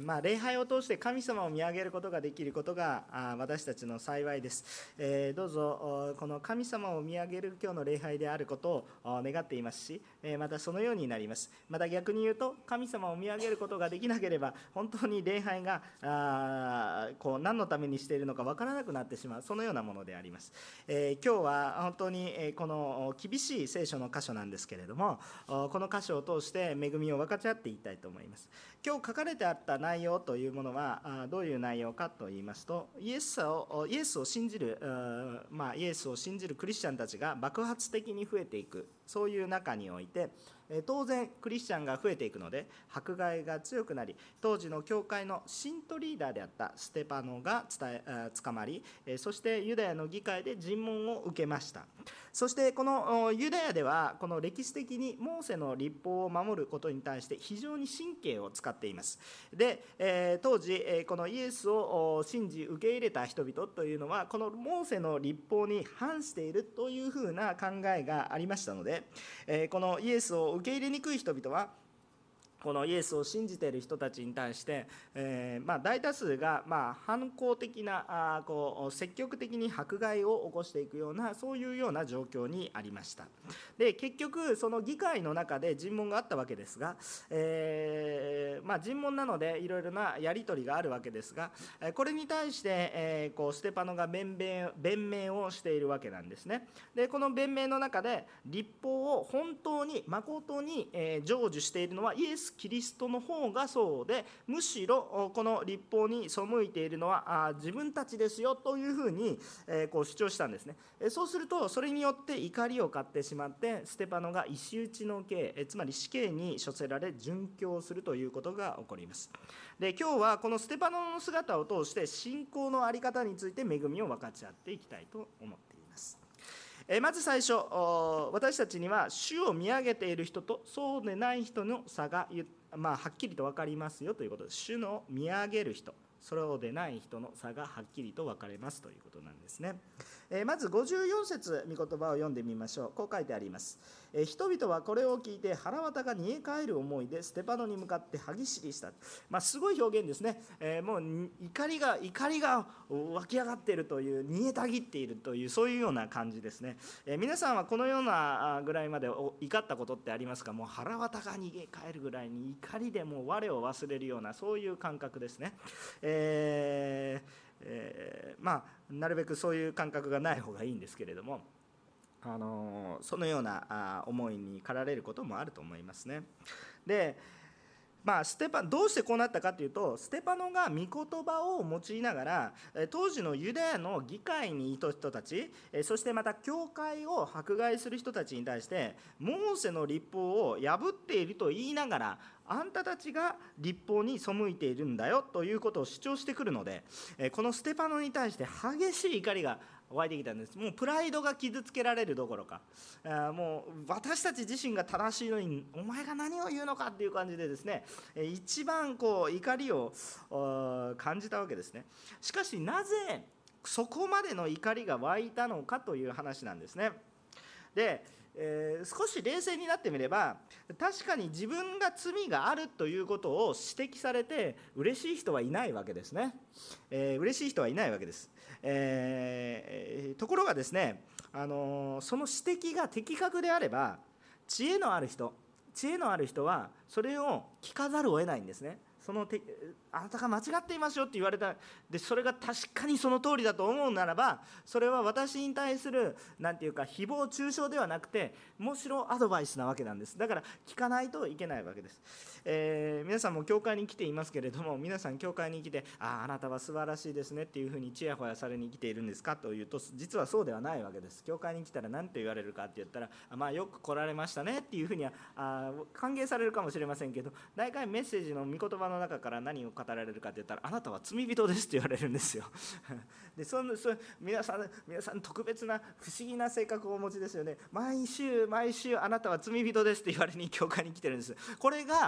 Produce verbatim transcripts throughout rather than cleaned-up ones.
まあ、礼拝を通して神様を見上げることができることがあ私たちの幸いです、えー、どうぞこの神様を見上げる今日の礼拝であることを願っていますし、えー、またそのようになります。また逆に言うと、神様を見上げることができなければ本当に礼拝があこう何のためにしているのか分からなくなってしまう、そのようなものであります。えー、今日は本当にこの厳しい聖書の箇所なんですけれども、この箇所を通して恵みを分かち合っていきたいと思います。今日書かれてあった内容というものはどういう内容かと言いますと、イエスをイエスを信じる、まあ、イエスを信じるクリスチャンたちが爆発的に増えていく、そういう中において当然クリスチャンが増えていくので迫害が強くなり、当時の教会の信徒リーダーであったステパノが伝え捕まり、そしてユダヤの議会で尋問を受けました。そしてこのユダヤではこの歴史的にモーセの律法を守ることに対して非常に神経を使っています。で、えー、当時このイエスを信じ受け入れた人々というのはこのモーセの律法に反しているというふうな考えがありましたので、えー、このイエスを受け入れにくい人々はこのイエスを信じている人たちに対して、えーまあ、大多数がまあ反抗的なあこう積極的に迫害を起こしていくような、そういうような状況にありました。で、結局その議会の中で尋問があったわけですが、えーまあ、尋問なのでいろいろなやり取りがあるわけですが、これに対して、えー、こうステパノが弁明、弁明をしているわけなんですね。で、この弁明の中で律法を本当に誠に、えー、成就しているのはイエスキリストの方がそうで、むしろこの律法に背いているのは自分たちですよというふうにこう主張したんですね。そうするとそれによって怒りを買ってしまってステパノが石打ちの刑、つまり死刑に処せられ殉教するということが起こります。で、今日はこのステパノの姿を通して信仰の在り方について恵みを分かち合っていきたいと思っています。まず最初、私たちには主を見上げている人とそうでない人の差が、まあ、はっきりと分かりますよということです。主の見上げる人、そうでない人の差がはっきりと分かれますということなんですね。まずごじゅうよん節、御言葉を読んでみましょう。こう書いてあります。人々はこれを聞いて腹渡が煮え返る思いでステパノに向かって歯ぎしりした。まあ、すごい表現ですね。えー、もう怒りが怒りが湧き上がっているという、煮えたぎっているという、そういうような感じですね。えー、皆さんはこのようなぐらいまで怒ったことってありますか？もう腹渡が煮え返るぐらいに怒りでもう我を忘れるような、そういう感覚ですね。えーえー、まあなるべくそういう感覚がない方がいいんですけれども、あのそのような思いに駆られることもあると思いますね。で、まあ、ステパどうしてこうなったかというと、ステパノが御言葉を用いながら当時のユダヤの議会にいた人たち、そしてまた教会を迫害する人たちに対して、モーセの律法を破っていると言いながら、あんたたちが律法に背いているんだよということを主張してくるので、このステパノに対して激しい怒りが湧いてきたんです。もうプライドが傷つけられるどころか、もう私たち自身が正しいのにお前が何を言うのかっていう感じでですね、一番こう怒りを感じたわけですね。しかしなぜそこまでの怒りが湧いたのかという話なんですね。で、えー、少し冷静になってみれば、確かに自分が罪があるということを指摘されて嬉しい人はいないわけですね。えー、嬉しい人はいないわけです。えー、ところがですね、あのー、その指摘が的確であれば、知恵のある人知恵のある人はそれを聞かざるを得ないんですね。そのてあなたが間違っていますよって言われた。で、それが確かにその通りだと思うならば、それは私に対するなんていうか誹謗中傷ではなくて、むしろアドバイスなわけなんです。だから聞かないといけないわけです。えー、皆さんも教会に来ていますけれども、皆さん教会に来て、ああ、あなたは素晴らしいですねっていうふうにちやほやされに来ているんですかというと、実はそうではないわけです。教会に来たら何と言われるかって言ったら、まあよく来られましたねっていうふうにはあ歓迎されるかもしれませんけど、大概メッセージの御言葉の中から何を語られるかって言ったら、あなたは罪人ですって言われるんですよ。で、そのそ皆さん皆さん特別な不思議な性格をお持ちですよね。毎週毎週あなたは罪人ですって言われに教会に来てるんです。これが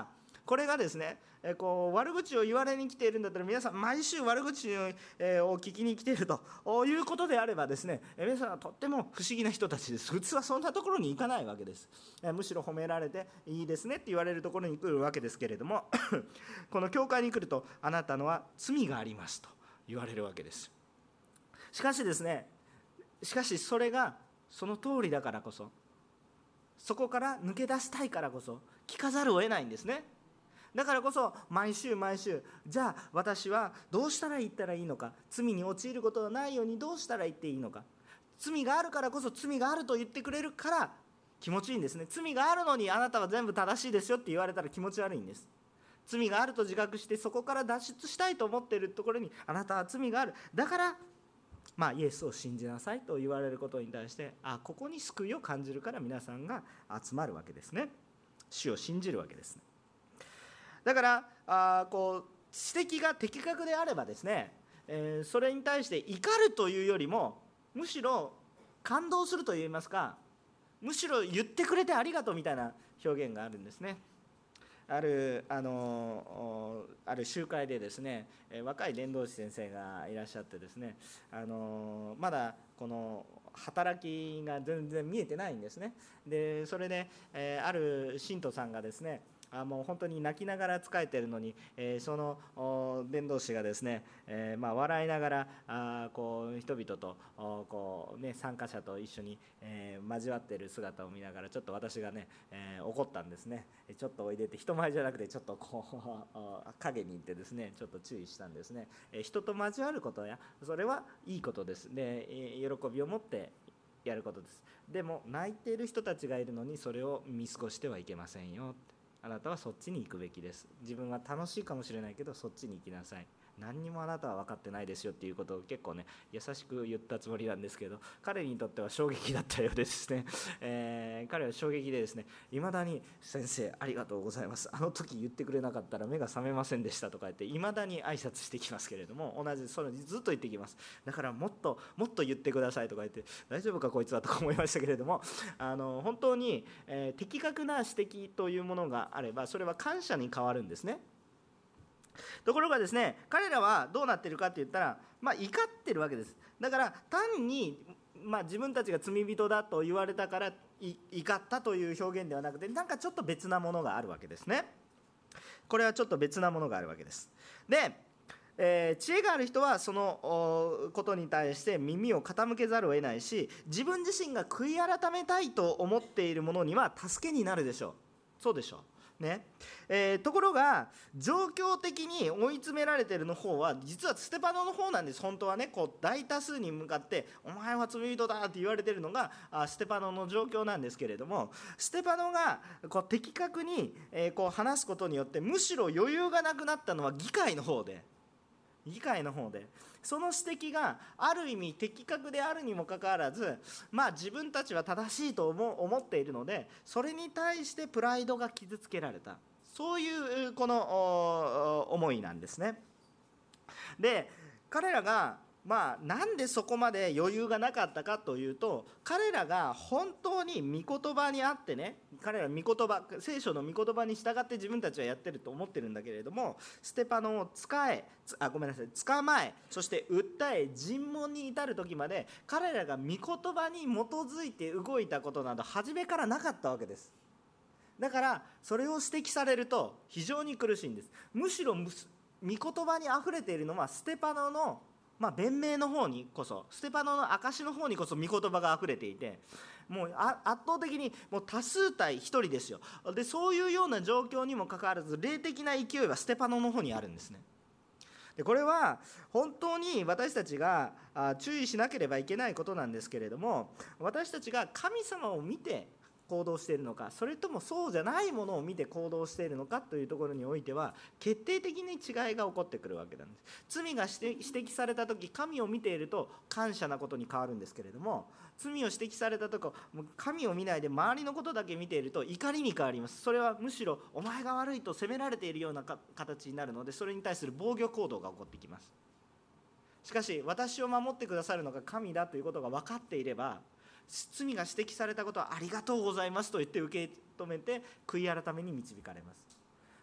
これがですね、えこう悪口を言われに来ているんだったら、皆さん毎週悪口を聞きに来ているということであればですね、皆さんはとっても不思議な人たちです。普通はそんなところに行かないわけです。むしろ褒められていいですねって言われるところに来るわけですけれどもこの教会に来ると、あなたのは罪がありますと言われるわけです。しかしですね、しかしそれがその通りだからこそ、そこから抜け出したいからこそ聞かざるを得ないんですね。だからこそ毎週毎週、じゃあ私はどうしたら言ったらいいのか、罪に陥ることがないようにどうしたら言っていいのか、罪があるからこそ、罪があると言ってくれるから気持ちいいんですね。罪があるのにあなたは全部正しいですよって言われたら気持ち悪いんです。罪があると自覚して、そこから脱出したいと思っているところに、あなたは罪がある、だからまあ、イエスを信じなさいと言われることに対して、あ、ここに救いを感じるから皆さんが集まるわけですね。主を信じるわけですね。だからあこう指摘が的確であればですね、えー、それに対して怒るというよりも、むしろ感動するといいますか、むしろ言ってくれてありがとうみたいな表現があるんですね。あるあのある集会でですね、若い伝道師先生がいらっしゃってですね、あのまだこの働きが全然見えてないんですね。でそれで、えー、ある信徒さんがですね、あもう本当に泣きながら仕えているのに、えー、その伝道師がですね、えーまあ、笑いながらあこう人々とこう、ね、参加者と一緒に、えー、交わっている姿を見ながら、ちょっと私がね、えー、怒ったんですね。ちょっとおいでって人前じゃなくて、ちょっとこう影に行ってですね、ちょっと注意したんですね。えー、人と交わることや、それはいいことです。で喜びを持ってやることです。でも泣いている人たちがいるのに、それを見過ごしてはいけませんよ。あなたはそっちに行くべきです。自分は楽しいかもしれないけど、そっちに行きなさい。何にもあなたは分かってないですよっていうことを結構ね、優しく言ったつもりなんですけど、彼にとっては衝撃だったようでですね、えー、彼は衝撃でですね、いまだに先生ありがとうございます、あの時言ってくれなかったら目が覚めませんでしたとか言って、いまだに挨拶してきますけれども、同じそれずっと言ってきます。だからもっともっと言ってくださいとか言って、大丈夫かこいつはとか思いましたけれども、あの本当に、えー、的確な指摘というものがあれば、それは感謝に変わるんですね。ところがですね、彼らはどうなっているかって言ったら、まあ、怒ってるわけです。だから単に、まあ、自分たちが罪人だと言われたから怒ったという表現ではなくて、なんかちょっと別なものがあるわけですね。これはちょっと別なものがあるわけです。で、えー、知恵がある人はそのことに対して耳を傾けざるを得ないし、自分自身が悔い改めたいと思っているものには助けになるでしょう。そうでしょうね。えー、ところが状況的に追い詰められているの方は、実はステパノの方なんです。本当はね、こう大多数に向かってお前は罪人だって言われているのがステパノの状況なんですけれども、ステパノがこう的確にこう話すことによって、むしろ余裕がなくなったのは議会の方で議会の方でその指摘がある意味的確であるにもかかわらず、まあ自分たちは正しいと思思っているので、それに対してプライドが傷つけられた、そういうこの思いなんですね。で彼らがまあなんでそこまで余裕がなかったかというと、彼らが本当に御言葉にあってね、彼ら御言葉、聖書の御言葉に従って自分たちはやってると思ってるんだけれども、ステパノを使えあごめんなさい捕まえ、そして訴え尋問に至る時まで、彼らが御言葉に基づいて動いたことなど初めからなかったわけです。だからそれを指摘されると非常に苦しいんです。むしろ御言葉にあふれているのはステパノのまあ、弁明の方にこそ、ステパノの証の方にこそ御言葉があふれていて、もう圧倒的にもう多数対一人ですよ。でそういうような状況にもかかわらず、霊的な勢いはステパノの方にあるんですね。でこれは本当に私たちが注意しなければいけないことなんですけれども、私たちが神様を見て行動しているのか、それともそうじゃないものを見て行動しているのかというところにおいては、決定的に違いが起こってくるわけなんです。罪が指摘された時、神を見ていると感謝なことに変わるんですけれども、罪を指摘された時、神を見ないで周りのことだけ見ていると怒りに変わります。それはむしろお前が悪いと責められているような形になるので、それに対する防御行動が起こってきます。しかし私を守ってくださるのが神だということが分かっていれば、罪が指摘されたことはありがとうございますと言って受け止めて悔い改めに導かれます。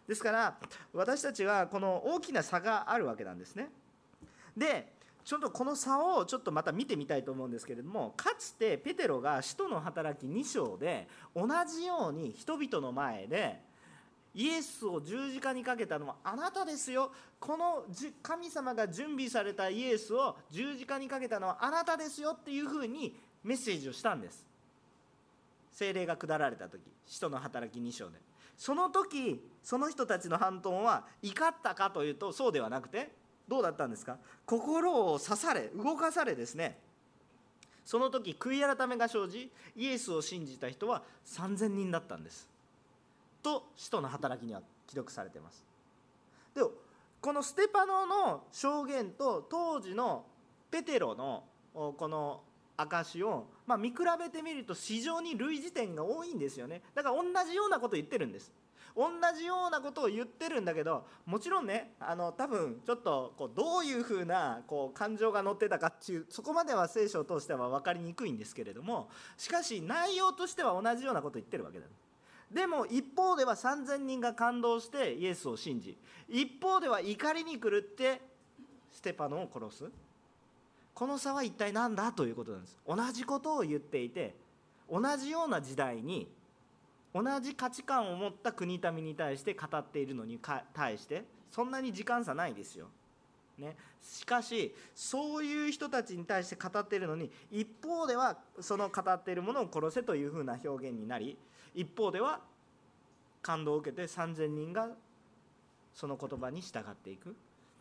ですから私たちはこの大きな差があるわけなんですね。でちょっとこの差をちょっとまた見てみたいと思うんですけれども、かつてペテロが使徒の働きに章で同じように人々の前でイエスを十字架にかけたのはあなたですよ、この神様が準備されたイエスを十字架にかけたのはあなたですよっていうふうにメッセージをしたんです。聖霊が下られた時、使徒の働きに章で。その時その人たちの反応は怒ったかというとそうではなくて、どうだったんですか。心を刺され動かされですね、その時悔い改めが生じイエスを信じた人はさんぜんにんだったんですと使徒の働きには記録されています。でこのステパノの証言と当時のペテロのこの証を、まあ、見比べてみると非常に類似点が多いんですよね。だから同じようなことを言ってるんです。同じようなことを言ってるんだけど、もちろんね、あの多分ちょっとこうどういうふうなこう感情が乗ってたかっていう、そこまでは聖書を通しては分かりにくいんですけれども、しかし内容としては同じようなことを言ってるわけだ。でも一方ではさんぜんにんが感動してイエスを信じ、一方では怒りに狂ってステパノを殺す。この差は一体何だということなんです。同じことを言っていて、同じような時代に同じ価値観を持った国民に対して語っているのに対してそんなに時間差ないですよ、ね、しかしそういう人たちに対して語っているのに、一方ではその語っているものを殺せというふうな表現になり、一方では感動を受けてさんぜんにんがその言葉に従っていく。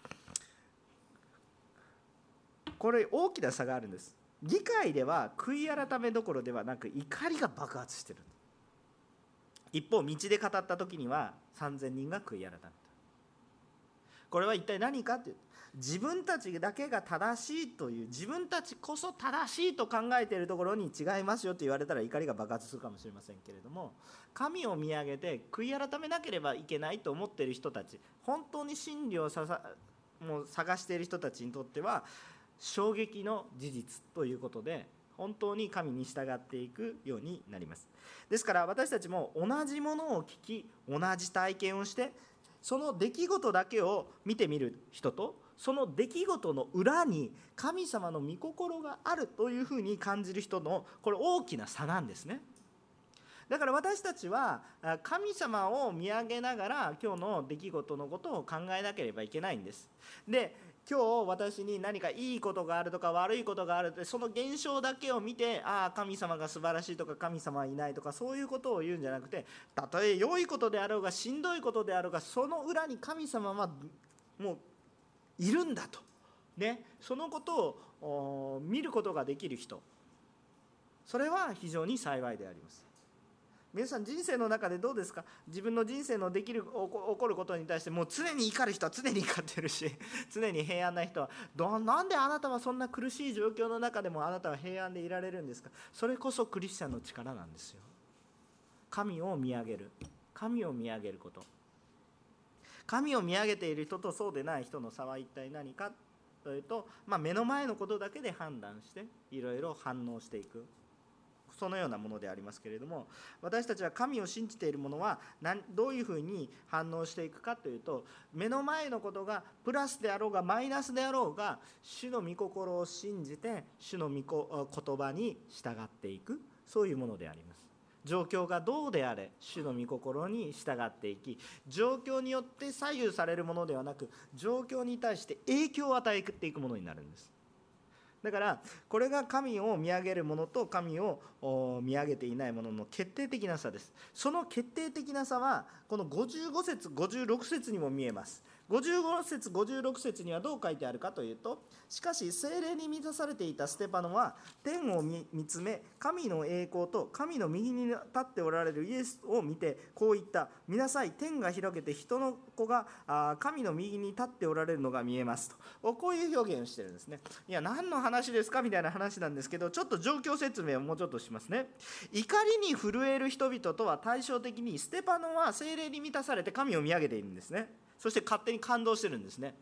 これ大きな差があるんです。議会では悔い改めどころではなく怒りが爆発している。一方道で語った時にはさんぜんにんが悔い改めた。これは一体何かというと、自分たちだけが正しいという、自分たちこそ正しいと考えているところに違いますよと言われたら怒りが爆発するかもしれませんけれども、神を見上げて悔い改めなければいけないと思っている人たち、本当に真理をささもう探している人たちにとっては衝撃の事実ということで、本当に神に従っていくようになります。ですから私たちも同じものを聞き、同じ体験をして、その出来事だけを見てみる人と、その出来事の裏に神様の御心があるというふうに感じる人の、これ大きな差なんですね。だから私たちは神様を見上げながら今日の出来事のことを考えなければいけないんです。で今日私に何かいいことがあるとか悪いことがあると、その現象だけを見て、ああ神様が素晴らしいとか神様はいないとかそういうことを言うんじゃなくて、たとえ良いことであろうがしんどいことであろうが、その裏に神様はもういるんだと、ね、そのことを見ることができる人、それは非常に幸いであります。皆さん人生の中でどうですか。自分の人生のできる起こることに対してもう常に怒る人は常に怒ってるし、常に平安な人はどなんであなたはそんな苦しい状況の中でもあなたは平安でいられるんですか。それこそクリスチャンの力なんですよ。神を見上げる、神を見上げること。神を見上げている人とそうでない人の差は一体何かというと、まあ、目の前のことだけで判断していろいろ反応していく、そのようなものでありますけれども、私たちは神を信じている者は何どういうふうに反応していくかというと、目の前のことがプラスであろうがマイナスであろうが、主の御心を信じて主の御言葉に従っていく、そういうものであります。状況がどうであれ主の御心に従っていき、状況によって左右されるものではなく、状況に対して影響を与えていくものになるんです。だからこれが神を見上げる者と神を見上げていない者の決定的な差です。その決定的な差はこのごじゅうご節ごじゅうろく節にも見えます。ごじゅうご節ごじゅうろく節にはどう書いてあるかというと、しかし聖霊に満たされていたステパノは天を見つめ、神の栄光と神の右に立っておられるイエスを見てこう言った。見なさい、天が開けて人の子が神の右に立っておられるのが見えますと、こういう表現をしてるんですね。いや何の話ですかみたいな話なんですけど、ちょっと状況説明をもうちょっとしますね。怒りに震える人々とは対照的に、ステパノは聖霊に満たされて神を見上げているんですね。そして勝手に感動してるんですね。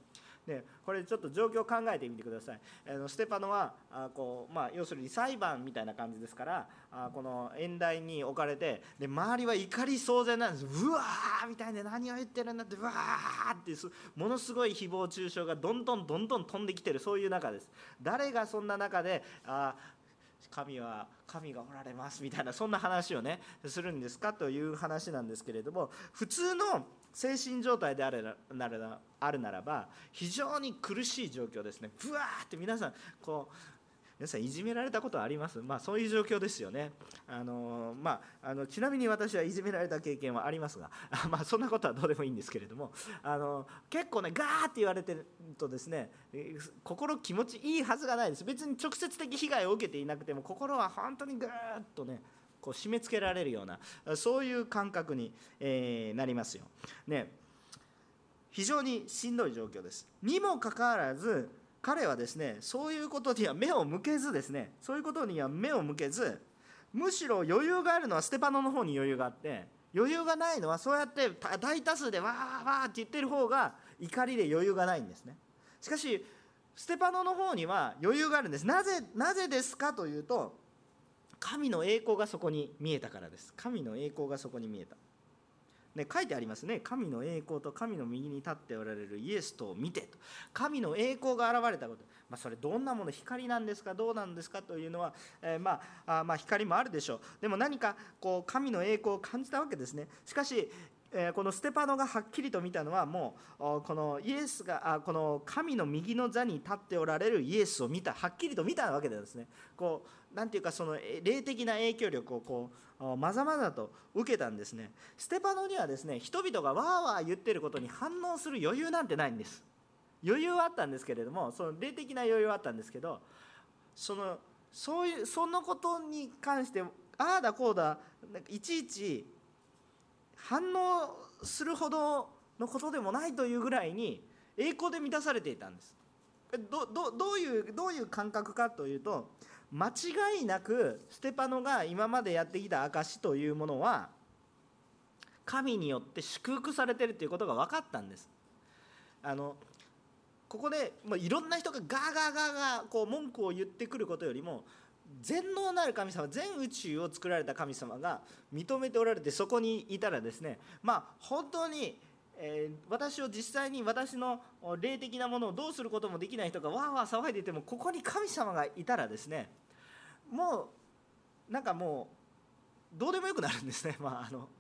でこれちょっと状況を考えてみてください。あのステパノはあこう、まあ、要するに裁判みたいな感じですから、あこの演台に置かれて、で周りは怒り騒然なんです。うわーみたいな、何を言ってるんだって、うわーってものすごい誹謗中傷がどんどんどんどん飛んできてる、そういう中です。誰がそんな中であ神は神がおられますみたいな、そんな話をねするんですかという話なんですけれども、普通の精神状態であるならあるならば非常に苦しい状況ですね。ブワーって皆さんこう皆さんいじめられたことあります？まあそういう状況ですよね。あのまああのちなみに私はいじめられた経験はありますが、まあそんなことはどうでもいいんですけれども、あの結構ねガーって言われてるとですね、心気持ちいいはずがないです。別に直接的被害を受けていなくても心は本当にぐーっとねこう締め付けられるような、そういう感覚に、えー、なりますよ、ね、非常にしんどい状況です。にもかかわらず彼はですね、そういうことには目を向けずですね、そういうことには目を向けず、むしろ余裕があるのはステパノの方に余裕があって、余裕がないのはそうやって大多数でわーわーって言ってる方が怒りで余裕がないんですね。しかしステパノの方には余裕があるんです。なぜ、なぜですかというと、神の栄光がそこに見えたからです。神の栄光がそこに見えた、ね、書いてありますね。神の栄光と神の右に立っておられるイエスとを見てと。神の栄光が現れたこと、まあ、それどんなもの、光なんですかどうなんですかというのは、えー、まあ、あまあ光もあるでしょう。でも何かこう神の栄光を感じたわけですね。しかしこのステパノがはっきりと見たのは、もうこのイエスがこの神の右の座に立っておられるイエスを見た、はっきりと見たわけですね。こうなんていうか、その霊的な影響力をこうまざまざと受けたんですね。ステパノにはですね、人々がわーわー言ってることに反応する余裕なんてないんです。余裕はあったんですけれども、その霊的な余裕はあったんですけど、そのそういうそのことに関してああだこうだなんかいちいち反応するほどのことでもないというぐらいに栄光で満たされていたんです。ど, ど, ど, ういうどういう感覚かというと、間違いなくステパノが今までやってきた証というものは神によって祝福されているということが分かったんです。あのここでもういろんな人がガーガーガーガーこう文句を言ってくることよりも、全能なる神様、全宇宙を作られた神様が認めておられて、そこにいたらですね、まあ本当に、えー、私を実際に私の霊的なものをどうすることもできない人がわーわー騒いでいても、ここに神様がいたらですね、もうなんかもうどうでもよくなるんですね。まああの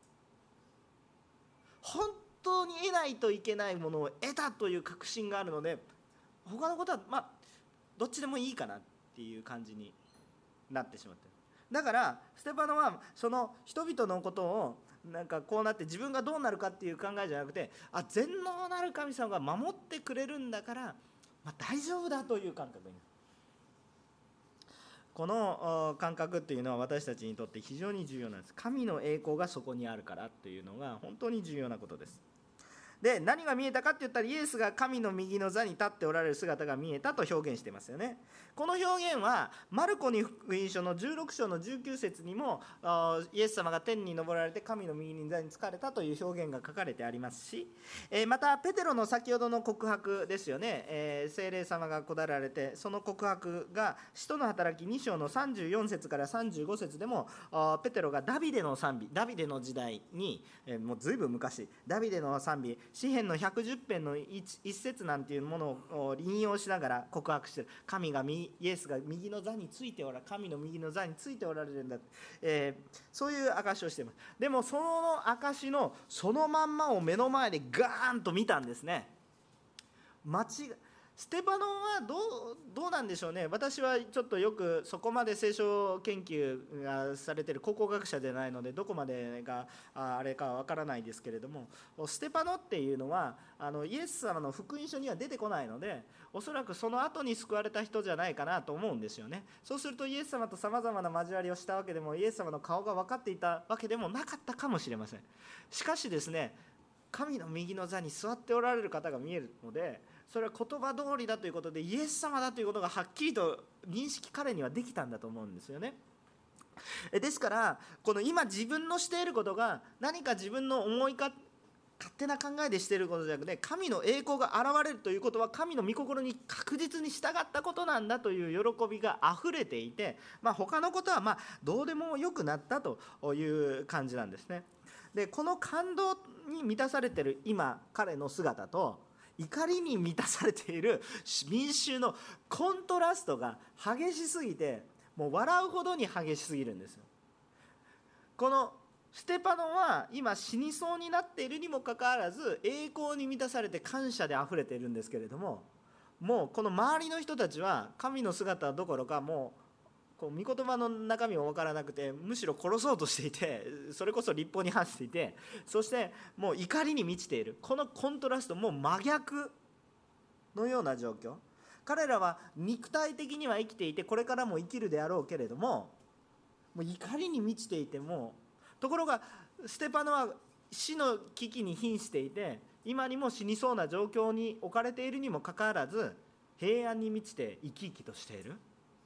本当に得ないといけないものを得たという確信があるので、他のことはまあどっちでもいいかなっていう感じになってしまっている。だからステパノはその人々のことをなんかこうなって自分がどうなるかっていう考えじゃなくて、あ全能なる神様が守ってくれるんだから、まあ、大丈夫だという感覚になる。この感覚っていうのは私たちにとって非常に重要なんです。神の栄光がそこにあるからっていうのが本当に重要なことです。で何が見えたかって言ったら、イエスが神の右の座に立っておられる姿が見えたと表現してますよね。この表現はマルコに福音書のじゅうろく章のじゅうきゅう節にもイエス様が天に昇られて神の右の座に就かれたという表現が書かれてありますし、またペテロの先ほどの告白ですよね。聖霊様が下られて、その告白が使徒の働きに章のさんじゅうよん節からさんじゅうご節でも、ペテロがダビデの賛美、ダビデの時代にもうずいぶん昔、ダビデの賛美、詩編のひゃくじゅう編の一節なんていうものを引用しながら告白している。神がイエスが右の座についておられる、神の右の座についておられるんだ、えー、そういう証しをしています。でもその証のそのまんまを目の前でガーンと見たんですね。間違ステパノはどう、どうなんでしょうね。私はちょっとよくそこまで聖書研究がされている考古学者でないので、どこまでがあれかわからないですけれども、ステパノっていうのはあのイエス様の福音書には出てこないので、おそらくその後に救われた人じゃないかなと思うんですよね。そうするとイエス様とさまざまな交わりをしたわけでも、イエス様の顔が分かっていたわけでもなかったかもしれません。しかしですね、神の右の座に座っておられる方が見えるので、それは言葉通りだということで、イエス様だということがはっきりと認識彼にはできたんだと思うんですよね。ですからこの今自分のしていることが何か自分の思いか勝手な考えでしていることじゃなくて、神の栄光が現れるということは神の御心に確実に従ったことなんだという喜びがあふれていて、まあ、他のことはまあどうでもよくなったという感じなんですね。でこの感動に満たされている今彼の姿と、怒りに満たされている民衆のコントラストが激しすぎて、もう笑うほどに激しすぎるんですよ。このステパノは今死にそうになっているにもかかわらず、栄光に満たされて感謝であふれているんですけれども、もうこの周りの人たちは神の姿どころか、もうこう御言葉の中身も分からなくて、むしろ殺そうとしていて、それこそ律法に反していて、そしてもう怒りに満ちている。このコントラスト、もう真逆のような状況。彼らは肉体的には生きていて、これからも生きるであろうけれども、もう怒りに満ちていても、ところがステパノは死の危機に瀕していて、今にも死にそうな状況に置かれているにもかかわらず、平安に満ちて生き生きとしている。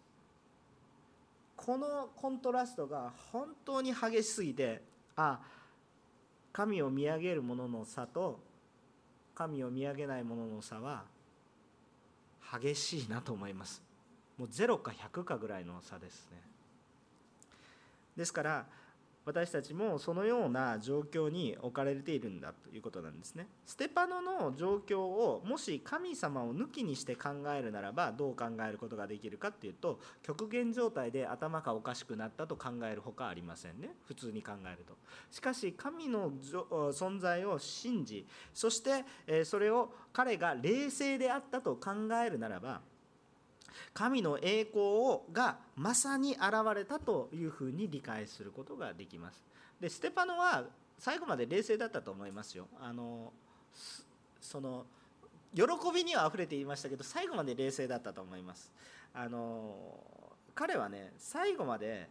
このコントラストが本当に激しすぎて、あ、神を見上げる者の差と神を見上げない者の差は激しいなと思います。もうゼロかひゃくかぐらいの差ですね。ですから私たちもそのような状況に置かれているんだということなんですね。ステパノの状況をもし神様を抜きにして考えるならば、どう考えることができるかっていうと、極限状態で頭がおかしくなったと考えるほかありませんね、普通に考えると。しかし神の存在を信じ、そしてそれを彼が冷静であったと考えるならば、神の栄光がまさに現れたというふうに理解することができます。でステパノは最後まで冷静だったと思いますよ。あのその喜びにはあふれていましたけど、最後まで冷静だったと思います。あの彼はね、最後まで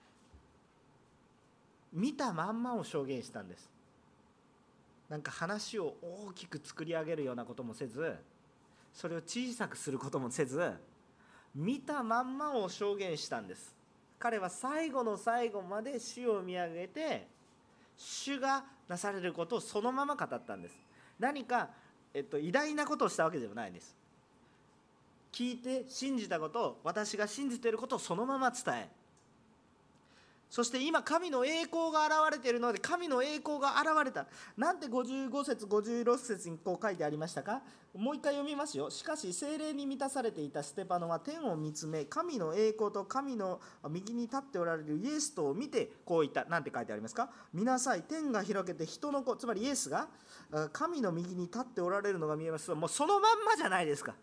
見たまんまを証言したんです。なんか話を大きく作り上げるようなこともせず、それを小さくすることもせず、見たまんまを証言したんです。彼は最後の最後まで主を見上げて、主がなされることをそのまま語ったんです。何か、えっと、偉大なことをしたわけではないんです。聞いて信じたことを、私が信じていることをそのまま伝え、そして今神の栄光が現れているので、神の栄光が現れた。なんてごじゅうご節ごじゅうろく節にこう書いてありましたか。もう一回読みますよ。しかし聖霊に満たされていたステパノは天を見つめ、神の栄光と神の右に立っておられるイエスとを見てこう言った。なんて書いてありますか。見なさい、天が開けて人の子、つまりイエスが神の右に立っておられるのが見えます。もうそのまんまじゃないですか。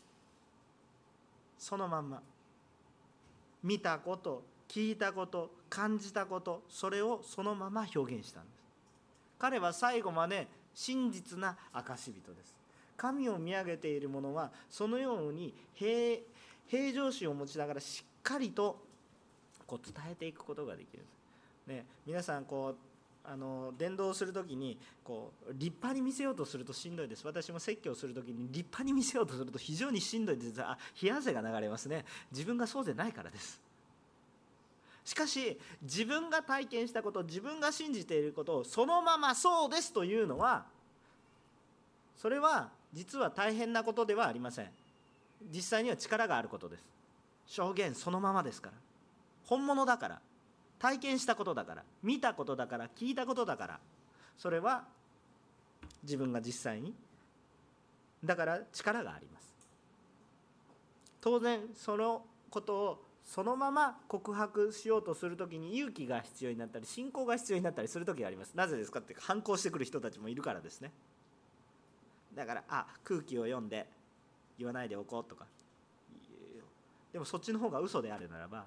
そのまんま見たこと、聞いたこと、感じたこと、それをそのまま表現したんです。彼は最後まで真実な証人です。神を見上げている者はそのように 平, 平常心を持ちながらしっかりとこう伝えていくことができる、ね、皆さんこうあの伝道するときにこう立派に見せようとするとしんどいです。私も説教するときに立派に見せようとすると非常にしんどいです。あ、冷や汗が流れますね。自分がそうでないからです。しかし自分が体験したこと、自分が信じていることをそのままそうですというのは、それは実は大変なことではありません。実際には力があることです。証言そのままですから、本物だから、体験したことだから、見たことだから、聞いたことだから、それは自分が実際にだから力があります。当然そのことをそのまま告白しようとするときに勇気が必要になったり、信仰が必要になったりするときがあります。なぜですかって、反抗してくる人たちもいるからですね。だからあ空気を読んで言わないでおこうとか、でもそっちの方が嘘であるならば、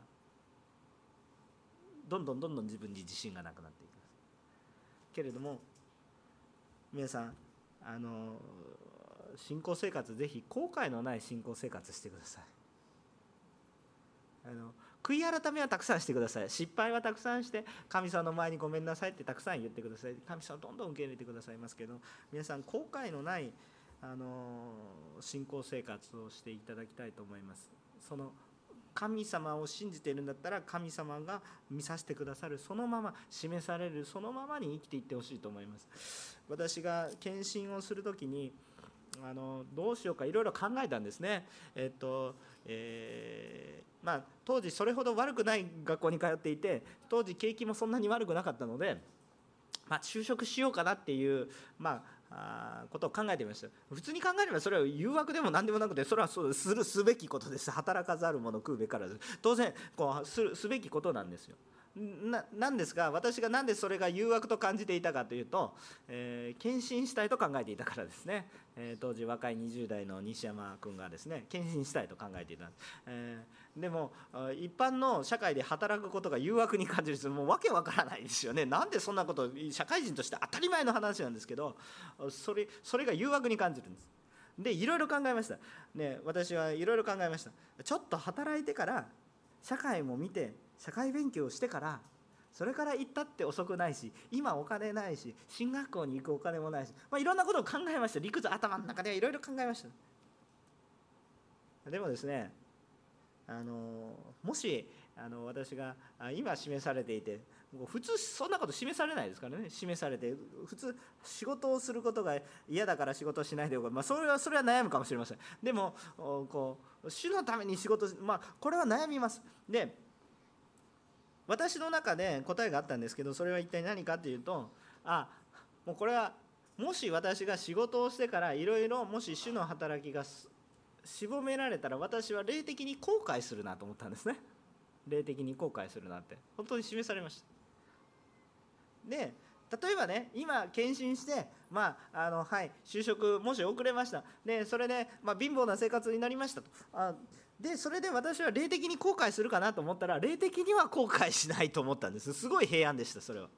どんどんどんどん自分に自信がなくなっていきますけれども、皆さんあの信仰生活、ぜひ後悔のない信仰生活してください。あの悔い改めはたくさんしてください。失敗はたくさんして、神様の前にごめんなさいってたくさん言ってください。神様どんどん受け入れてくださいますけど、皆さん後悔のないあの信仰生活をしていただきたいと思います。その神様を信じているんだったら、神様が見させてくださるそのまま、示されるそのままに生きていってほしいと思います。私が献身をするときにあのどうしようかいろいろ考えたんですね。えっとえーまあ、当時それほど悪くない学校に通っていて、当時景気もそんなに悪くなかったので、まあ、就職しようかなっていう、まあ、あことを考えていました。普通に考えればそれは誘惑でも何でもなくて、それはそうするすべきことです。働かざる者食うべからず、当然こう す, すべきことなんですよ。な, なんですが、私がなんでそれが誘惑と感じていたかというと、えー、献身したいと考えていたからですね。えー、当時若いにじゅう代の西山君がですね、献身したいと考えていた、えー、でも一般の社会で働くことが誘惑に感じるんです。もうわけわからないですよね。なんでそんなこと、社会人として当たり前の話なんですけど、それそれが誘惑に感じるんです。でいろいろ考えました、ね、私はいろいろ考えました。ちょっと働いてから社会も見て、社会勉強をしてからそれから行ったって遅くないし、今お金ないし、進学校に行くお金もないし、まあ、いろんなことを考えました。理屈頭の中ではいろいろ考えました。でもですね、あのもしあの私が今示されていて、普通そんなこと示されないですからね。示されて普通仕事をすることが嫌だから仕事をしないでおく、まあ、それはそれは悩むかもしれません。でもこう主のために仕事、まあ、これは悩みます。で私の中で答えがあったんですけど、それは一体何かというと、あもうこれはもし私が仕事をしてからいろいろもし主の働きが絞められたら、私は霊的に後悔するなと思ったんですね。霊的に後悔するなって本当に示されました。で例えばね、今献身して、まああのはい、就職もし遅れました。でそれで、まあ、貧乏な生活になりましたと。あでそれで私は霊的に後悔するかなと思ったら、霊的には後悔しないと思ったんです。すごい平安でした。それは、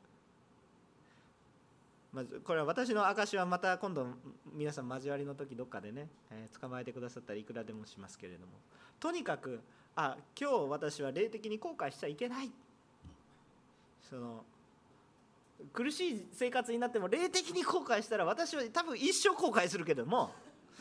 まあ、これは私の証はまた今度皆さん交わりの時どっかでね、えー、捕まえてくださったらいくらでもしますけれども、とにかくあ今日私は霊的に後悔しちゃいけない、その苦しい生活になっても霊的に後悔したら私は多分一生後悔するけども、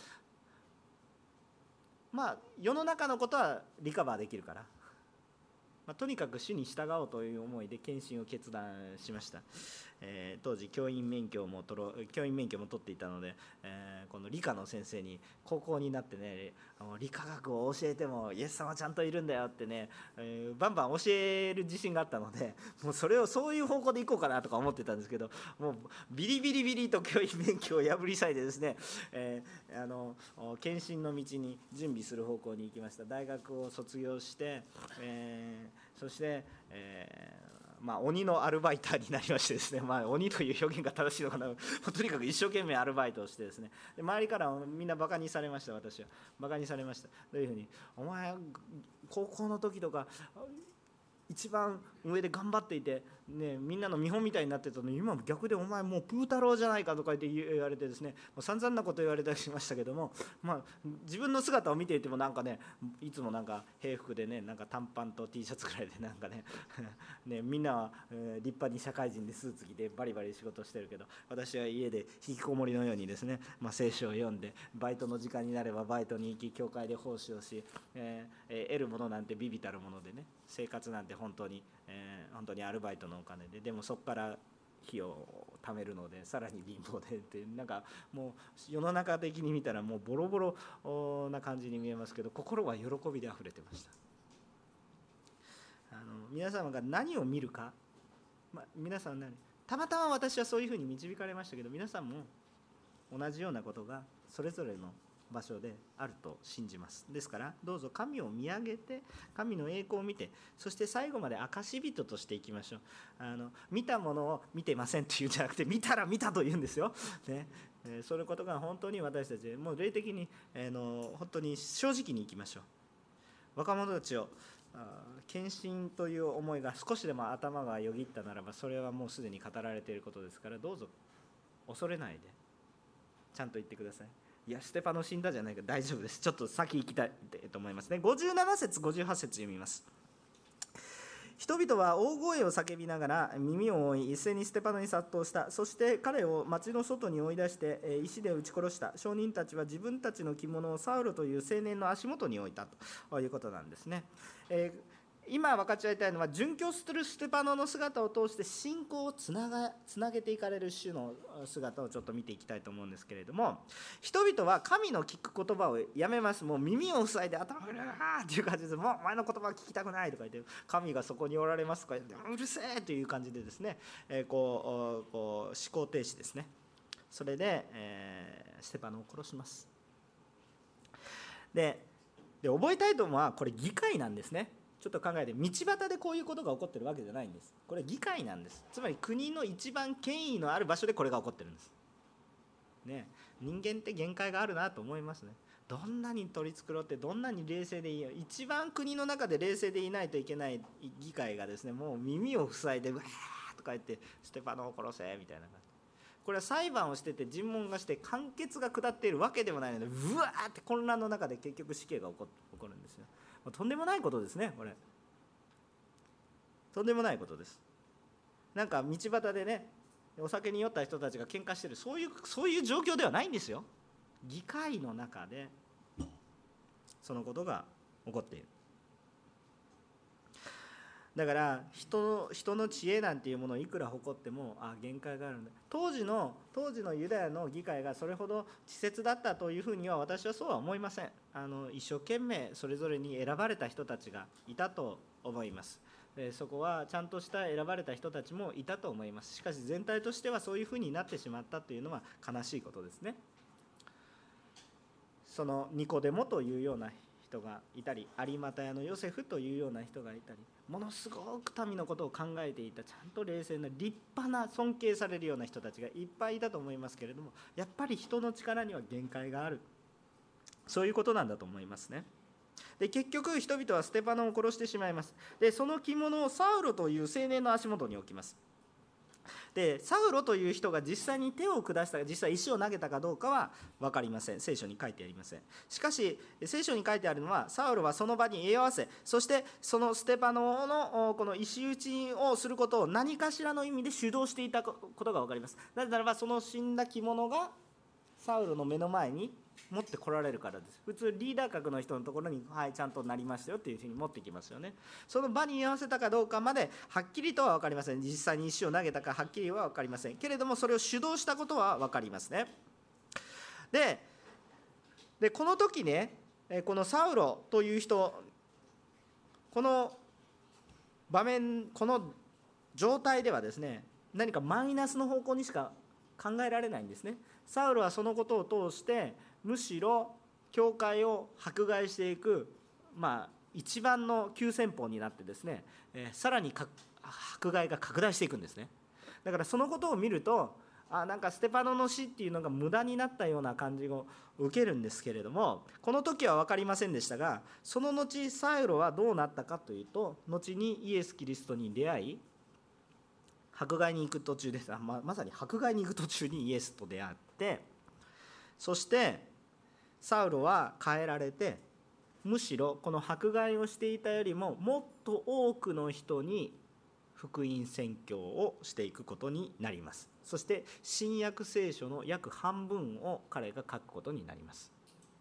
まあ世の中のことはリカバーできるから、まあ、とにかく主に従おうという思いで献身を決断しました。えー、当時教員免許も取ろ教員免許も取っていたので、えー、この理科の先生に高校になってね、理化学を教えてもイエス様ちゃんといるんだよってね、えー、バンバン教える自信があったので、もうそれをそういう方向でいこうかなとか思ってたんですけど、もうビリビリビリと教員免許を破り裂いてですね、えー、あの献身の道に準備する方向に行きました。大学を卒業して、えー、そして、えーまあ、鬼のアルバイターになりましてですね、まあ、鬼という表現が正しいのかなとにかく一生懸命アルバイトをしてですね、で周りからはみんなバカにされました。私はバカにされました。どういうふうに、お前高校の時とか一番上で頑張っていて、ね、みんなの見本みたいになってたのに、今逆でお前もうプー太郎じゃないかとか言って言われてですね、もう散々なこと言われたりしましたけども、まあ、自分の姿を見ていてもなんかね、いつもなんか平服でね、なんか短パンと T シャツぐらいでなんかねね、みんなは、えー、立派に社会人でスーツ着てバリバリ仕事してるけど、私は家で引きこもりのようにですね、まあ、聖書を読んで、バイトの時間になればバイトに行き、教会で奉仕をし、えーえー、得るものなんて微々たるものでね、生活なんて本当に、えー、本当にアルバイトのお金で、でもそこから費用を貯めるのでさらに貧乏でって、なんかもう世の中的に見たらもうボロボロな感じに見えますけど、心は喜びであふれてました。あの皆様が何を見るか、ま、皆さん何たまたま私はそういうふうに導かれましたけど、皆さんも同じようなことがそれぞれの場所であると信じます。ですからどうぞ神を見上げて、神の栄光を見て、そして最後まで証人としていきましょう。あの見たものを見てませんというんじゃなくて、見たら見たと言うんですよ、ねえー、そういうことが本当に私たちもう霊的に、えー、の本当に正直にいきましょう。若者たちを献身という思いが少しでも頭がよぎったならば、それはもうすでに語られていることですから、どうぞ恐れないでちゃんと言ってください。いやステパノ死んだじゃないか、大丈夫です。ちょっと先行きたいと思いますね。ごじゅうなな節ごじゅうはち節読みます。 人々は大声を叫びながら耳を覆い、一斉にステパノに殺到した。そして彼を町の外に追い出して石で撃ち殺した。証人たちは自分たちの着物をサウロという青年の足元に置いたということなんですね。えー今分かち合いたいのは、殉教するステパノの姿を通して信仰をつながつなげていかれる主の姿をちょっと見ていきたいと思うんですけれども、人々は神の聞く言葉をやめます。もう耳を塞いで頭がうるーっていう感じで、もうお前の言葉は聞きたくないとか言って、神がそこにおられますとか言って、うるせえという感じでですね、えー、こうこう思考停止ですね。それで、えー、ステパノを殺します。でで覚えたいのは、これ議会なんですね。ちょっと考えて、道端でこういうことが起こってるわけじゃないんです。これ議会なんです。つまり国の一番権威のある場所でこれが起こってるんです、ね、人間って限界があるなと思いますね。どんなに取り繕って、どんなに冷静でいいよ、一番国の中で冷静でいないといけない議会がですね、もう耳を塞いでうわーとか言って、ステパノを殺せみたいな感じ。これは裁判をしてて尋問がして判決が下っているわけでもないので、うわーって混乱の中で結局死刑が起こるんですよ。とんでもないことですね。これとんでもないことです。なんか道端でね、お酒に酔った人たちが喧嘩してる、そういうそういう状況ではないんですよ。議会の中でそのことが起こっている。だから人、人の知恵なんていうものをいくら誇っても、あ限界があるんだ。当時の当時のユダヤの議会がそれほど稚拙だったというふうには私はそうは思いません。あの一生懸命それぞれに選ばれた人たちがいたと思います。そこはちゃんとした選ばれた人たちもいたと思います。しかし全体としてはそういうふうになってしまったというのは悲しいことですね。そのニコデモというような人がいたり、有股屋のヨセフというような人がいたり、ものすごく民のことを考えていた、ちゃんと冷静な立派な尊敬されるような人たちがいっぱいいたと思いますけれども、やっぱり人の力には限界がある、そういうことなんだと思いますね。で結局人々はステパノを殺してしまいます。でその着物をサウロという青年の足元に置きます。でサウロという人が実際に手を下したか、実際石を投げたかどうかは分かりません。聖書に書いてありません。しかし聖書に書いてあるのは、サウロはその場に居合わせ、そしてそのステパノのこの石打ちをすることを何かしらの意味で主導していたことが分かります。なぜならば、その死んだ着物がサウロの目の前に持ってこられるからです。普通リーダー格の人のところに、はい、ちゃんとなりましたよっていうふうに持ってきますよね。その場に居合わせたかどうかまではっきりとは分かりません。実際に石を投げたかはっきりは分かりませんけれども、それを主導したことは分かりますね。ででこの時ね、このサウロという人、この場面、この状態ではですね、何かマイナスの方向にしか考えられないんですね。サウロはそのことを通してむしろ教会を迫害していく、まあ、一番の急先鋒になってですね、えー、さらに迫害が拡大していくんですね。だからそのことを見ると、あなんかステパノの死っていうのが無駄になったような感じを受けるんですけれども、この時は分かりませんでしたが、その後サウロはどうなったかというと、後にイエス・キリストに出会い、迫害に行く途中です。 ま, まさに迫害に行く途中にイエスと出会って、そしてサウロは変えられて、むしろこの迫害をしていたよりももっと多くの人に福音宣教をしていくことになります。そして新約聖書の約半分を彼が書くことになります。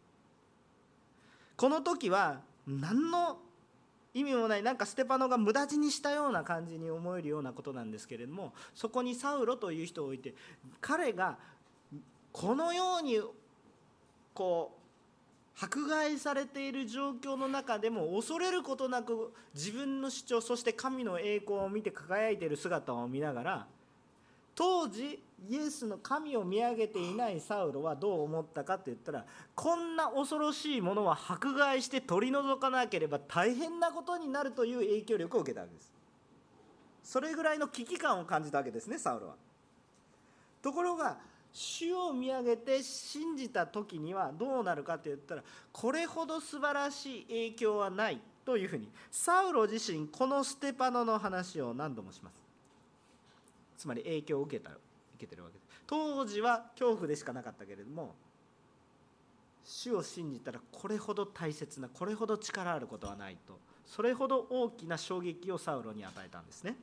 この時は何の意味もない、なんかステパノが無駄死にしたような感じに思えるようなことなんですけれども、そこにサウロという人を置いて、彼がこのようにこう迫害されている状況の中でも恐れることなく自分の主張、そして神の栄光を見て輝いている姿を見ながら、当時イエスの神を見上げていないサウロはどう思ったかといったら、こんな恐ろしいものは迫害して取り除かなければ大変なことになるという影響力を受けたわけです。それぐらいの危機感を感じたわけですね、サウロは。ところが主を見上げて信じた時にはどうなるかといったら、これほど素晴らしい影響はないというふうに、サウロ自身このステパノの話を何度もします。つまり影響を受けた受けてるわけです。当時は恐怖でしかなかったけれども、 主を信じたらこれほど大切な、これほど力あることはないと、それほど大きな衝撃をサウロに与えたんですね。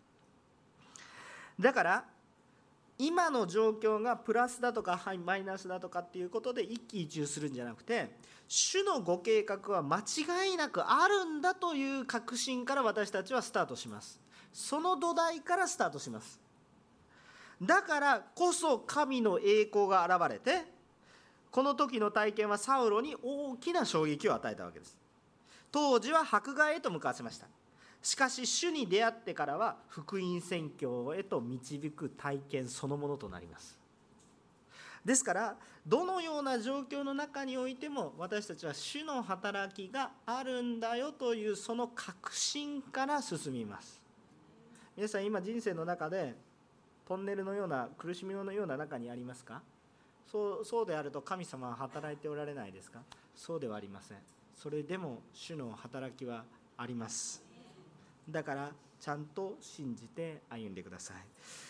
だから今の状況がプラスだとかマイナスだとかっていうことで一喜一憂するんじゃなくて、主のご計画は間違いなくあるんだという確信から私たちはスタートします。その土台からスタートします。だからこそ神の栄光が現れて、この時の体験はサウロに大きな衝撃を与えたわけです。当時は迫害へと向かわせました。しかし主に出会ってからは福音宣教へと導く体験そのものとなります。ですからどのような状況の中においても私たちは主の働きがあるんだよというその確信から進みます。皆さん今人生の中でトンネルのような苦しみのような中にありますか？そう、そうであると神様は働いておられないですか？そうではありません。それでも主の働きはあります。だからちゃんと信じて歩んでください。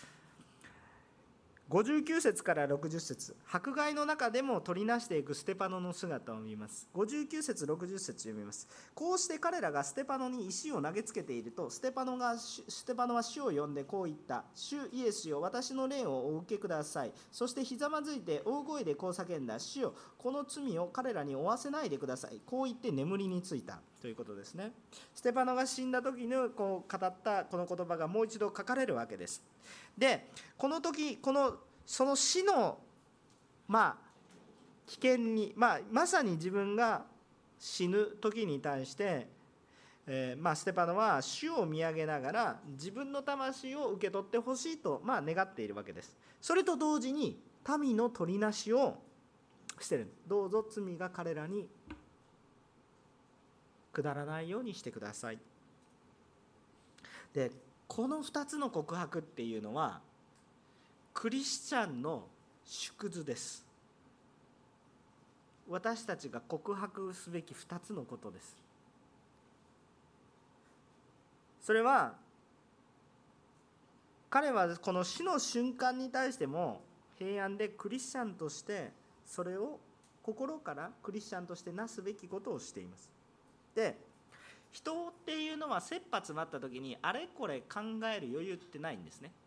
ごじゅうきゅう節からろくじゅう節、迫害の中でも取りなしていくステパノの姿を見ます。ごじゅうきゅう節ろくじゅう節読みます。こうして彼らがステパノに石を投げつけていると、ステパノがステパノは主を呼んでこう言った。主イエスよ、私の霊をお受けください。そしてひざまずいて大声でこう叫んだ。主よ、この罪を彼らに負わせないでください。こう言って眠りについたということですね。ステパノが死んだ時にこう語ったこの言葉がもう一度書かれるわけです。でこの時このその死のまあ危険に、まあ、まさに自分が死ぬ時に対して、えーまあ、ステパノは主を見上げながら自分の魂を受け取ってほしいと、まあ、願っているわけです。それと同時に民の取りなしをしている。どうぞ罪が彼らに下らないようにしてください。でこのふたつの告白っていうのはクリスチャンの縮図です。私たちが告白すべきふたつのことです。それは彼はこの死の瞬間に対しても平安でクリスチャンとしてそれを心からクリスチャンとしてなすべきことをしています。で人っていうのは切羽詰まった時にあれこれ考える余裕ってないんですね。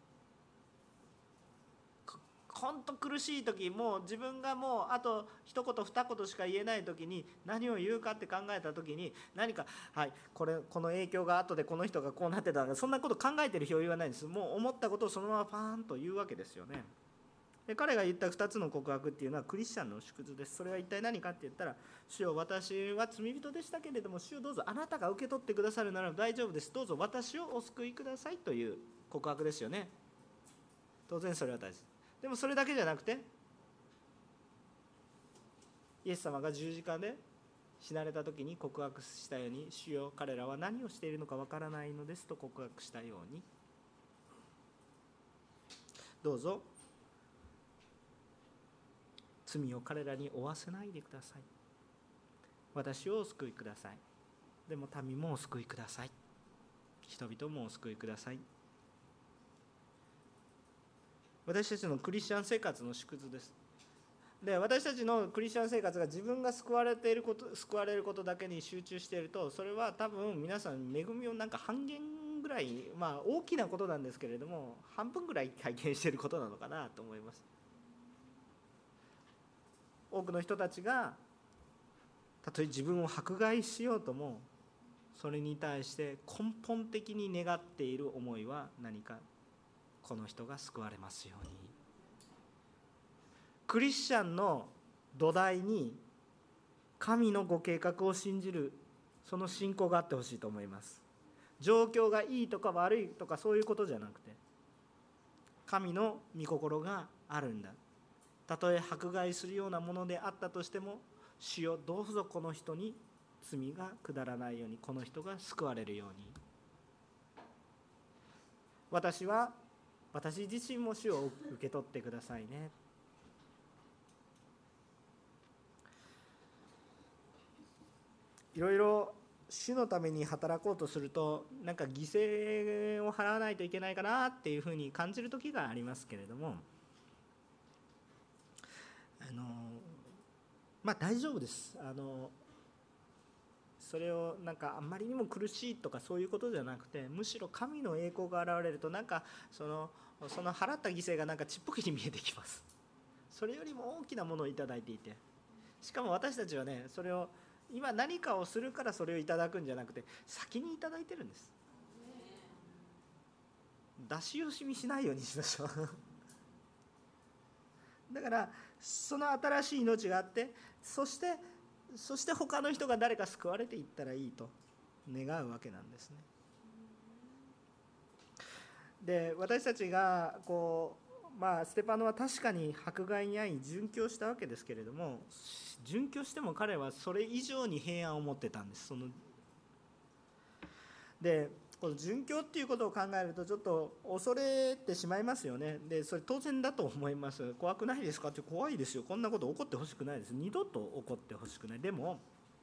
本当苦しい時、もう自分がもうあと一言二言しか言えない時に何を言うかって考えた時に何か、はい、これこの影響が後でこの人がこうなってたらそんなこと考えてる余裕はないんです。もう思ったことをそのままパーンと言うわけですよね。で彼が言ったふたつの告白っていうのはクリスチャンの縮図です。それは一体何かって言ったら、主よ、私は罪人でしたけれども主よ、どうぞあなたが受け取ってくださるなら大丈夫です。どうぞ私をお救いくださいという告白ですよね。当然それは大事。でもそれだけじゃなくて、イエス様が十字架で死なれた時に告白したように、主よ、彼らは何をしているのかわからないのですと告白したように、どうぞ罪を彼らに負わせないでください。私をお救いください。でも民もお救いください。人々もお救いください。私たちのクリスチャン生活の縮図です。で私たちのクリスチャン生活が自分が救われていること、救われることだけに集中していると、それは多分皆さん恵みをなんか半減ぐらい、まあ大きなことなんですけれども半分ぐらい体験していることなのかなと思います。多くの人たちがたとえ自分を迫害しようとも、それに対して根本的に願っている思いは何か、この人が救われますように。クリスチャンの土台に神のご計画を信じるその信仰があってほしいと思います。状況がいいとか悪いとかそういうことじゃなくて、神の御心があるんだ。たとえ迫害するようなものであったとしても、主よ、どうぞこの人に罪が下らないように、この人が救われるように。私は私自身も主を受け取ってくださいね。いろいろ主のために働こうとすると、なんか犠牲を払わないといけないかなっていうふうに感じる時がありますけれども、あのまあ大丈夫です。あのそれをなんかあんまりにも苦しいとかそういうことじゃなくて、むしろ神の栄光が現れると、なんかそのその払った犠牲がなんかちっぽけに見えてきます。それよりも大きなものをいただいていて、しかも私たちはね、それを今何かをするからそれをいただくんじゃなくて、先にいただいてるんです。出し惜しみしないようにしましょうだからその新しい命があって、そしてそして他の人が誰か救われていったらいいと願うわけなんですね。で、私たちがこう、まあ、ステパノは確かに迫害に遭い殉教したわけですけれども、殉教しても彼はそれ以上に平安を持ってたんです。そのでこの殉教っていうことを考えるとちょっと恐れてしまいますよね。でそれ当然だと思います。怖くないですかって、怖いですよ。こんなこと起こってほしくないです。二度と起こってほしくない。でも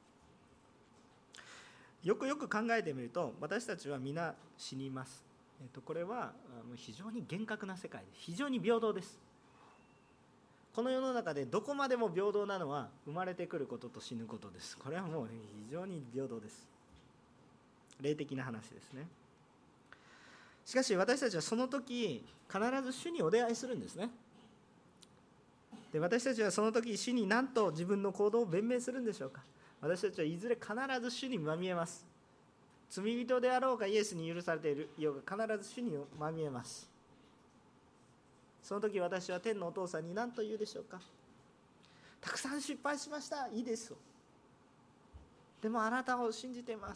よくよく考えてみると、私たちは皆死にます。えっと、これは非常に厳格な世界で非常に平等です。この世の中でどこまでも平等なのは生まれてくることと死ぬことです。これはもう非常に平等です。霊的な話ですね。しかし私たちはその時必ず主にお出会いするんですね。で、私たちはその時主に何と自分の行動を弁明するんでしょうか。私たちはいずれ必ず主にまみえます。罪人であろうがイエスに許されているようが必ず主にまみえます。その時私は天のお父さんに何と言うでしょうか。たくさん失敗しました。いいですよ。でもあなたを信じています。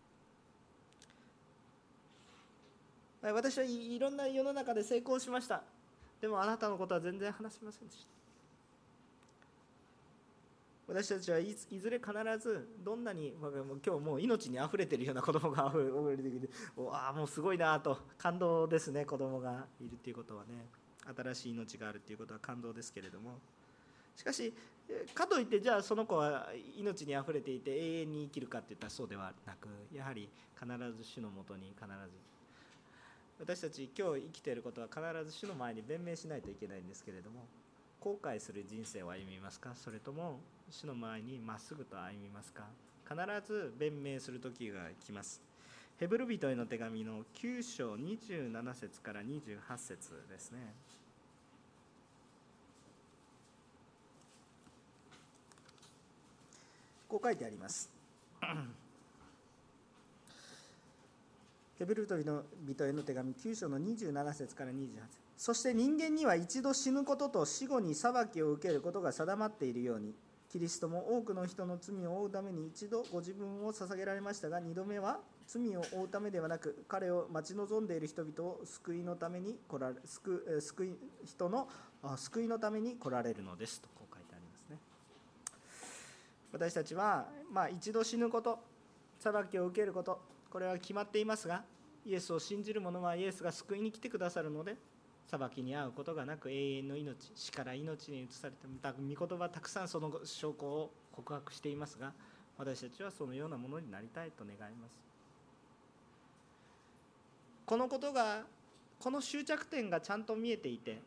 私はいろんな世の中で成功しました。でもあなたのことは全然話しませんでした。私たちはいずれ必ずどんなに今日もう命にあふれているような子供があふれてきて、わあもうすごいなと感動ですね。子供がいるっていうことはね、新しい命があるっていうことは感動ですけれども、しかしかといってじゃあその子は命にあふれていて永遠に生きるかっていったらそうではなく、やはり必ず主のもとに必ず私たち今日生きていることは必ず主の前に弁明しないといけないんですけれども、後悔する人生を歩みますか、それとも主の前にまっすぐと歩みますか。必ず弁明する時が来ます。ヘブル人への手紙のきゅう章にじゅうなな節からにじゅうはち節ですね。こう書いてありますヘブル人への手紙きゅう章のにじゅうなな節からにじゅうはち節。そして人間には一度死ぬことと死後に裁きを受けることが定まっているように、キリストも多くの人の罪を負うために一度ご自分を捧げられましたが、二度目は罪を負うためではなく、彼を待ち望んでいる人々を救いのために来られ救救い人の救いのために来られるのですと、こう書いてありますね。私たちは、まあ、一度死ぬこと、裁きを受けること、これは決まっていますが、イエスを信じる者はイエスが救いに来てくださるので、裁きに遭うことがなく永遠の命、死から命に移されて、また御言葉はたくさんその証拠を告白していますが、私たちはそのようなものになりたいと願います。このことが、この終着点がちゃんと見えていて、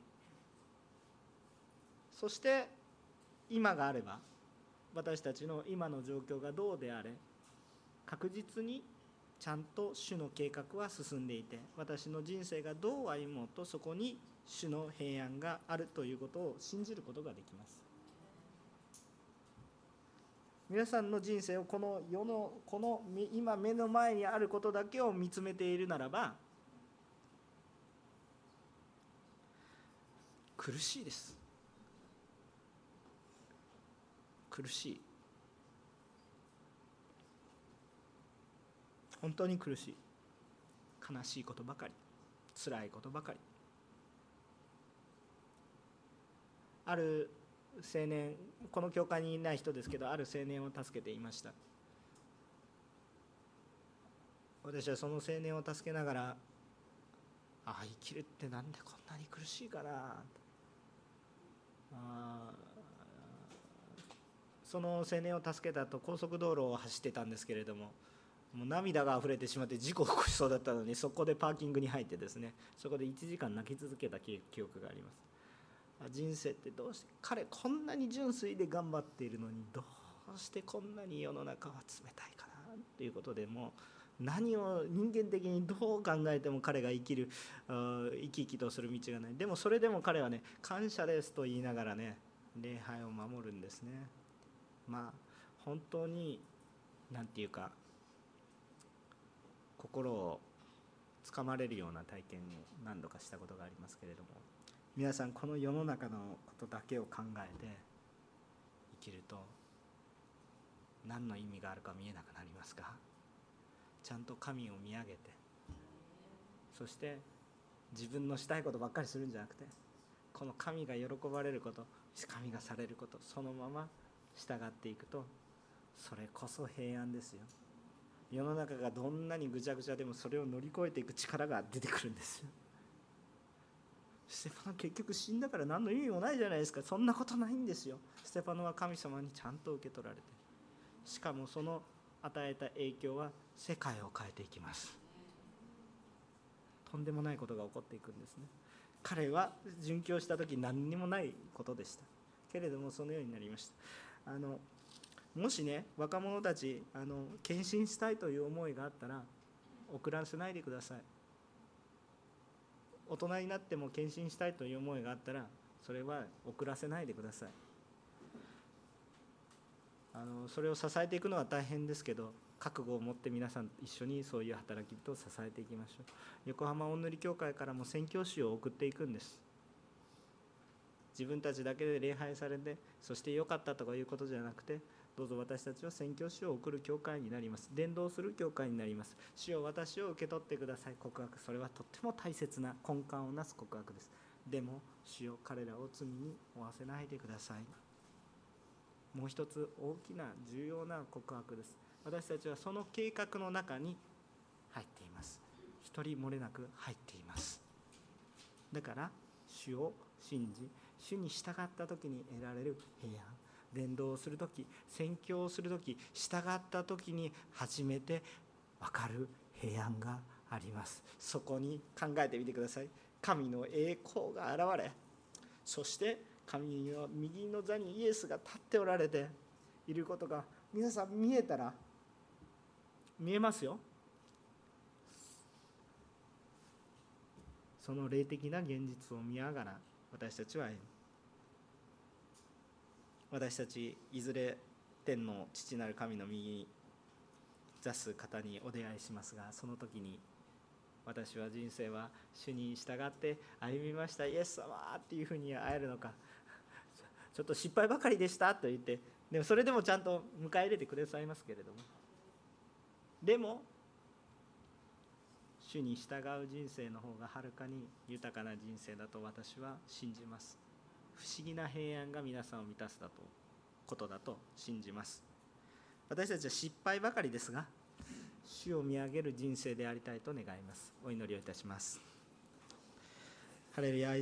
そして今があれば、私たちの今の状況がどうであれ、確実にちゃんと主の計画は進んでいて、私の人生がどう歩もうとそこに主の平安があるということを信じることができます。皆さんの人生をこの世のこの今目の前にあることだけを見つめているならば苦しいです。苦しい。本当に苦しい。悲しいことばかり、辛いことばかり。ある青年、この教会にいない人ですけど、ある青年を助けていました。私はその青年を助けながら、ああ生きるってなんでこんなに苦しいかな、あその青年を助けた後、高速道路を走ってたんですけれども、もう涙があふれてしまって事故を起こしそうだったのに、そこでパーキングに入ってですね、そこでいちじかん泣き続けた記憶があります。 人生ってどうして彼こんなに純粋で頑張っているのにどうしてこんなに世の中は冷たいかなということで、もう何を人間的にどう考えても彼が生きる生き生きとする道がない。でもそれでも彼はね、感謝ですと言いながらね、礼拝を守るんですね。まあ本当に何て言うか心をつかまれるような体験を何度かしたことがありますけれども、皆さんこの世の中のことだけを考えて生きると何の意味があるか見えなくなりますが、ちゃんと神を見上げて、そして自分のしたいことばっかりするんじゃなくて、この神が喜ばれること、神がされること、そのまま従っていくと、それこそ平安ですよ。世の中がどんなにぐちゃぐちゃでもそれを乗り越えていく力が出てくるんですよ。ステパノ結局死んだから何の意味もないじゃないですか。そんなことないんですよ。ステパノは神様にちゃんと受け取られて、しかもその与えた影響は世界を変えていきます。とんでもないことが起こっていくんですね。彼は殉教した時何にもないことでしたけれども、そのようになりました。あのもしね、若者たちあの献身したいという思いがあったら遅らせないでください。大人になっても献身したいという思いがあったら、それは遅らせないでください。あのそれを支えていくのは大変ですけど、覚悟を持って皆さん一緒にそういう働きと支えていきましょう。横浜おんぬり教会からも宣教師を送っていくんです。自分たちだけで礼拝されて、そして良かったとかいうことじゃなくて、どうぞ私たちは宣教師を送る教会になります。伝道する教会になります。主よ、私を受け取ってください。告白、それはとっても大切な根幹をなす告白です。でも主よ、彼らを罪に負わせないでください。もう一つ大きな重要な告白です。私たちはその計画の中に入っています。一人漏れなく入っています。だから主を信じ、主に従った時に得られる平安、伝道をするとき、宣教をするとき、従ったときに初めて分かる平安があります。そこに考えてみてください。神の栄光が現れ、そして神の右の座にイエスが立っておられていることが皆さん見えたら、見えますよ。その霊的な現実を見ながら私たちは歩む。私たちいずれ天の父なる神の右に座す方にお出会いしますが、その時に私は人生は主に従って歩みました、イエス様っていうふうに会えるのか、ちょっと失敗ばかりでしたと言って、でもそれでもちゃんと迎え入れてくださいますけれども、でも主に従う人生の方がはるかに豊かな人生だと私は信じます。不思議な平安が皆さんを満たすだとことだと信じます。私たちは失敗ばかりですが、主を見上げる人生でありたいと願います。お祈りをいたします。ハレルヤ。